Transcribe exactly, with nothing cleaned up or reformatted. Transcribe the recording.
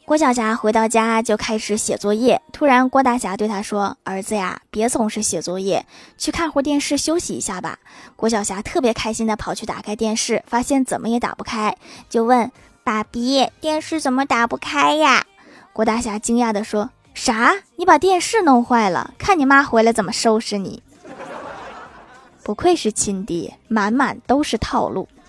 郭晓霞回到家就开始写作业，突然郭大侠对他说：儿子呀，别总是写作业，去看会电视休息一下吧。郭晓霞特别开心地跑去打开电视，发现怎么也打不开，就问爸比，电视怎么打不开呀？郭大侠惊讶地说：啥？你把电视弄坏了？看你妈回来怎么收拾你。不愧是亲爹，满满都是套路。